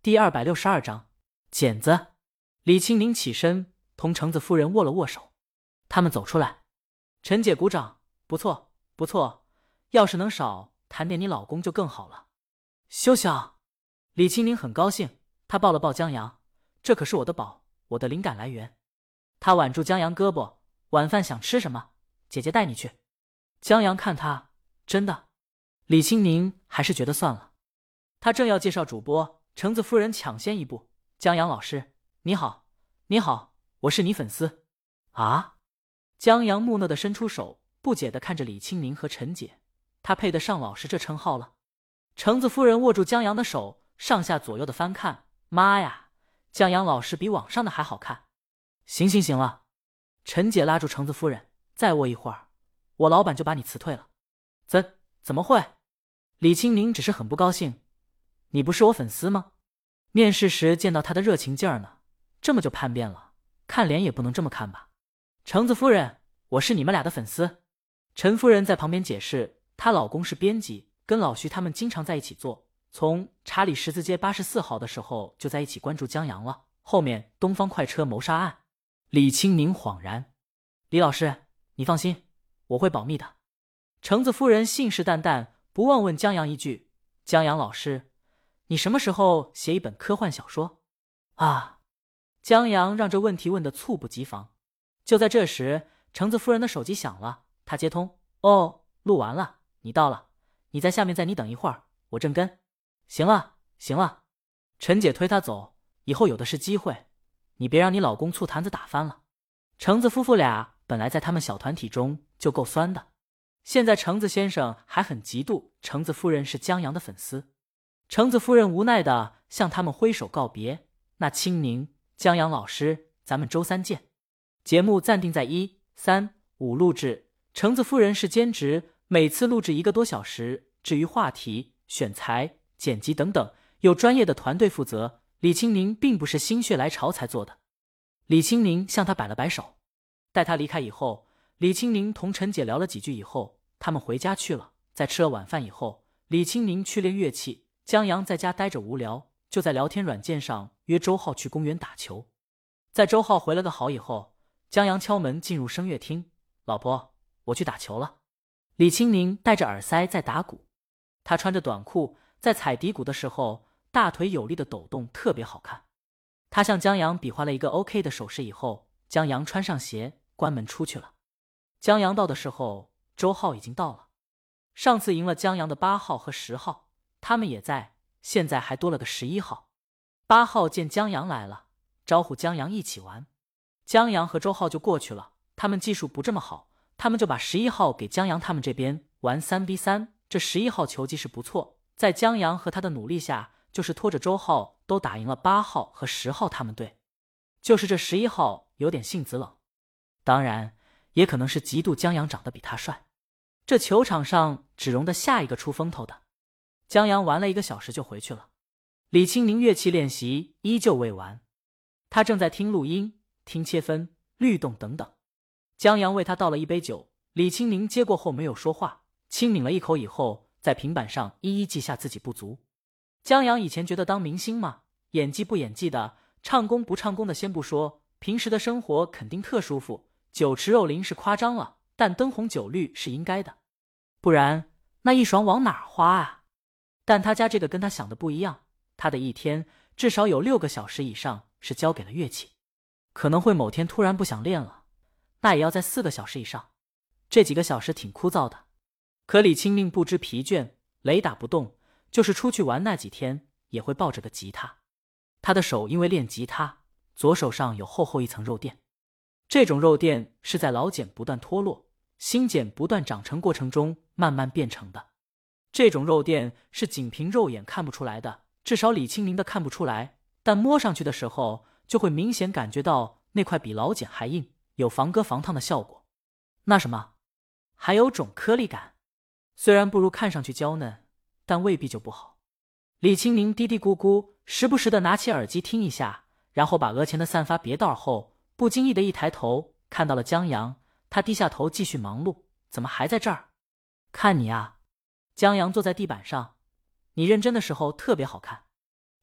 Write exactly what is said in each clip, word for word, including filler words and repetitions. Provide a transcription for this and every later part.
第二百六十二章剪子。李清宁起身同橙子夫人握了握手，他们走出来。陈姐鼓掌，不错不错，要是能少谈点你老公就更好了。休想！李清宁很高兴，他抱了抱江阳，这可是我的宝，我的灵感来源。他挽住江阳胳膊，晚饭想吃什么？姐姐带你去。江阳看他，真的？李清宁还是觉得算了。他正要介绍主播，橙子夫人抢先一步：江阳老师，你好，你好，我是你粉丝。啊？江阳木讷地伸出手，不解地看着李清宁和陈姐，他配得上老师这称号了。橙子夫人握住江阳的手，上下左右的翻看，妈呀，江阳老师比网上的还好看。行行行了，陈姐拉住橙子夫人，再握一会儿，我老板就把你辞退了。怎怎么会？李清宁只是很不高兴。你不是我粉丝吗？面试时见到他的热情劲儿呢，这么就叛变了？看脸也不能这么看吧。橙子夫人，我是你们俩的粉丝。陈夫人在旁边解释，她老公是编辑，跟老徐他们经常在一起做，从查理十字街八十四号的时候就在一起关注江阳了，后面东方快车谋杀案。李清宁恍然，李老师，你放心，我会保密的。橙子夫人信誓旦旦，不忘问江阳一句：江阳老师，你什么时候写一本科幻小说？啊！江阳让这问题问得猝不及防。就在这时，橙子夫人的手机响了，她接通：哦，录完了，你到了，你在下面再你等一会儿，我正跟。行了行了，陈姐推她走，以后有的是机会，你别让你老公醋坛子打翻了。橙子夫妇俩本来在他们小团体中就够酸的，现在橙子先生还很嫉妒橙子夫人是江阳的粉丝。橙子夫人无奈地向他们挥手告别，那清宁，江阳老师，咱们周三见。节目暂定在一、三、五录制，橙子夫人是兼职，每次录制一个多小时，至于话题、选材、剪辑等等，有专业的团队负责，李清宁并不是心血来潮才做的。李清宁向他摆了摆手，待他离开以后，李清宁同陈姐聊了几句以后，他们回家去了。在吃了晚饭以后，李清宁去练乐器，江阳在家待着无聊，就在聊天软件上约周浩去公园打球。在周浩回了个好以后，江阳敲门进入声乐厅，老婆，我去打球了。李清宁戴着耳塞在打鼓，他穿着短裤，在踩底鼓的时候，大腿有力的抖动特别好看。他向江阳比划了一个 OK 的手势以后，江阳穿上鞋关门出去了。江阳到的时候，周浩已经到了。上次赢了江阳的八号和十号，他们也在，现在还多了个十一号。八号见江阳来了，招呼江阳一起玩。江阳和周浩就过去了，他们技术不这么好，他们就把十一号给江阳他们这边玩 三 比三， 这十一号球技是不错，在江阳和他的努力下，就是拖着周浩都打赢了八号和十号他们队。就是这十一号有点性子冷，当然也可能是嫉妒江阳长得比他帅。这球场上只容得下一个出风头的。江阳玩了一个小时就回去了。李清宁乐器练习依旧未完，他正在听录音，听切分、律动等等。江阳为他倒了一杯酒，李清宁接过后没有说话，轻抿了一口以后，在平板上一一记下自己不足。江阳以前觉得当明星嘛，演技不演技的，唱功不唱功的先不说，平时的生活肯定特舒服，酒池肉林是夸张了，但灯红酒绿是应该的，不然那一爽往哪儿花啊？但他家这个跟他想的不一样，他的一天至少有六个小时以上是交给了乐器，可能会某天突然不想练了，那也要在四个小时以上，这几个小时挺枯燥的。可李清宁不知疲倦，雷打不动，就是出去玩那几天也会抱着个吉他。他的手因为练吉他，左手上有厚厚一层肉垫，这种肉垫是在老茧不断脱落，新茧不断长成过程中慢慢变成的。这种肉垫是仅凭肉眼看不出来的，至少李清宁的看不出来，但摸上去的时候就会明显感觉到那块比老茧还硬，有防割防烫的效果。那什么，还有种颗粒感，虽然不如看上去娇嫩，但未必就不好。李清宁嘀嘀咕咕，时不时的拿起耳机听一下，然后把额前的散发别道后，不经意的一抬头看到了江阳，他低下头继续忙碌。怎么还在这儿？看你啊。江阳坐在地板上，你认真的时候特别好看。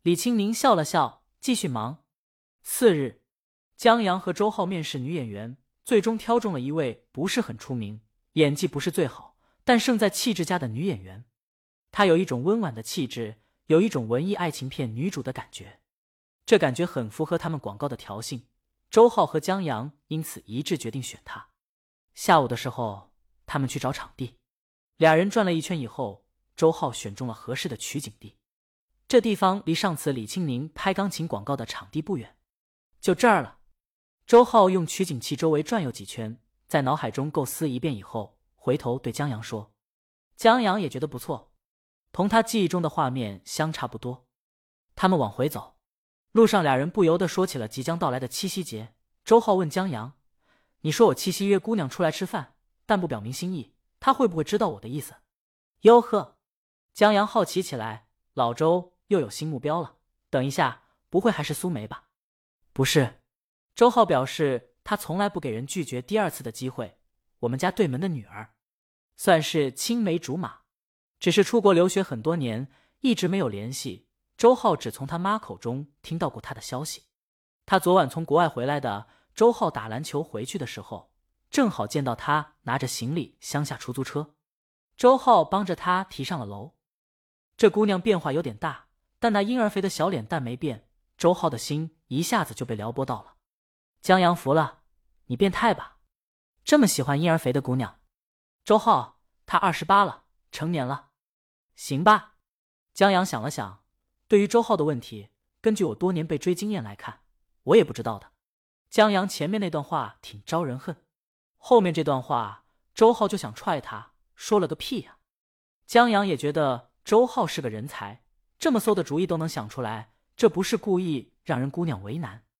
李青宁笑了笑，继续忙。次日，江阳和周浩面试女演员，最终挑中了一位不是很出名，演技不是最好，但胜在气质佳的女演员。她有一种温婉的气质，有一种文艺爱情片女主的感觉，这感觉很符合他们广告的调性。周浩和江阳因此一致决定选她。下午的时候，他们去找场地，俩人转了一圈以后，周浩选中了合适的取景地。这地方离上次李青宁拍钢琴广告的场地不远，就这儿了。周浩用取景器周围转悠几圈，在脑海中构思一遍以后，回头对江阳说。江阳也觉得不错，同他记忆中的画面相差不多。他们往回走，路上俩人不由得说起了即将到来的七夕节。周浩问江阳，你说我七夕约姑娘出来吃饭，但不表明心意，她会不会知道我的意思？哟呵，江阳好奇起来，老周又有新目标了。等一下，不会还是苏梅吧？不是。周浩表示他从来不给人拒绝第二次的机会，我们家对门的女儿，算是青梅竹马，只是出国留学很多年，一直没有联系。周浩只从他妈口中听到过他的消息。他昨晚从国外回来的，周浩打篮球回去的时候，正好见到他拿着行李乡下出租车，周浩帮着他提上了楼。这姑娘变化有点大，但那婴儿肥的小脸蛋没变，周浩的心一下子就被撩拨到了。江阳服了，你变态吧？这么喜欢婴儿肥的姑娘？周浩，他二十八了，成年了。行吧。江阳想了想，对于周浩的问题，根据我多年被追经验来看，我也不知道的。江阳前面那段话挺招人恨，后面这段话，周浩就想踹他，说了个屁呀、啊！江阳也觉得周浩是个人才，这么馊的主意都能想出来，这不是故意让人姑娘为难。